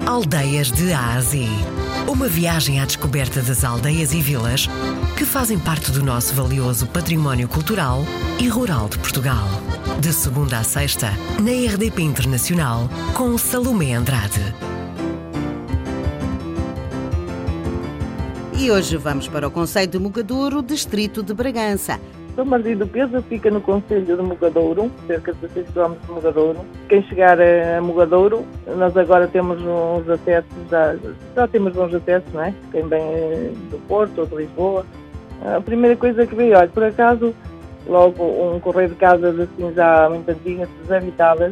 Aldeias de A a Z. Uma viagem à descoberta das aldeias e vilas que fazem parte do nosso valioso património cultural e rural de Portugal. De segunda a sexta, na RDP Internacional, com Salomé Andrade. E hoje vamos para o concelho de Mogadouro, distrito de Bragança. São Martim do Peso fica no concelho de Mogadouro, cerca de 16 km de Mogadouro. Quem chegar a Mogadouro, nós agora temos uns acessos, já temos uns acessos, não é? Quem vem do Porto ou de Lisboa. A primeira coisa que veio, olha, por acaso, logo um correio de casas assim já muito antigas, desabitadas,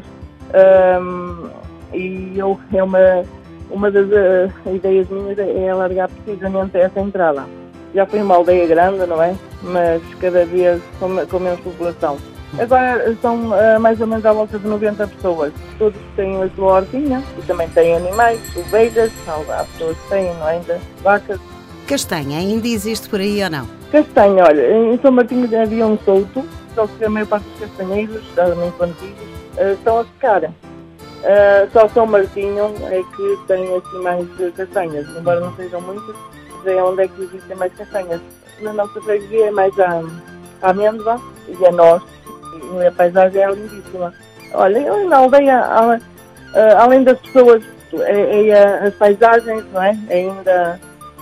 e eu, uma das ideias minhas é alargar precisamente essa entrada. Já foi uma aldeia grande, não é? Mas cada vez com menos população. Agora são mais ou menos à volta de 90 pessoas. Todos têm a sua hortinha e também têm animais, ovelhas, há pessoas que têm, não é? Ainda vacas. Castanha, ainda existe por aí ou não? Castanha, olha, em São Martinho havia um solto, só que a maior parte dos castanheiros, muito antigos, estão a secar. Só São Martinho é que tem assim mais castanhas, embora não sejam muitas. É onde é que existem mais castanhas. Na nossa freguesia é mais a amêndoa e a noz, e a paisagem é lindíssima. Olha, na aldeia, além das pessoas, as paisagens, não é? Ainda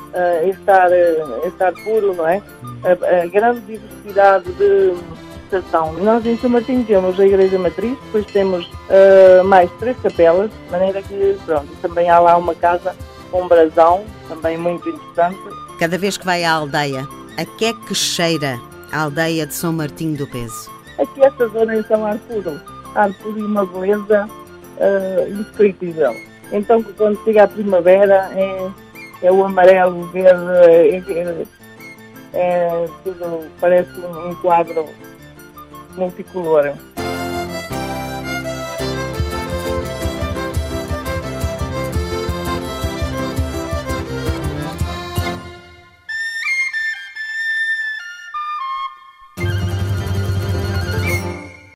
estar puro, não é? A grande diversidade de estação. Nós em São Martinho temos a Igreja Matriz, depois temos mais 3 capelas, de maneira que, pronto, também há lá uma casa com brasão, também muito interessante. Cada vez que vai à aldeia, a que é que cheira a aldeia de São Martinho do Peso? Aqui esta zona é são ar puro e uma beleza indescritível. Então quando chega a primavera é o amarelo, o verde, tudo parece um quadro multicolor.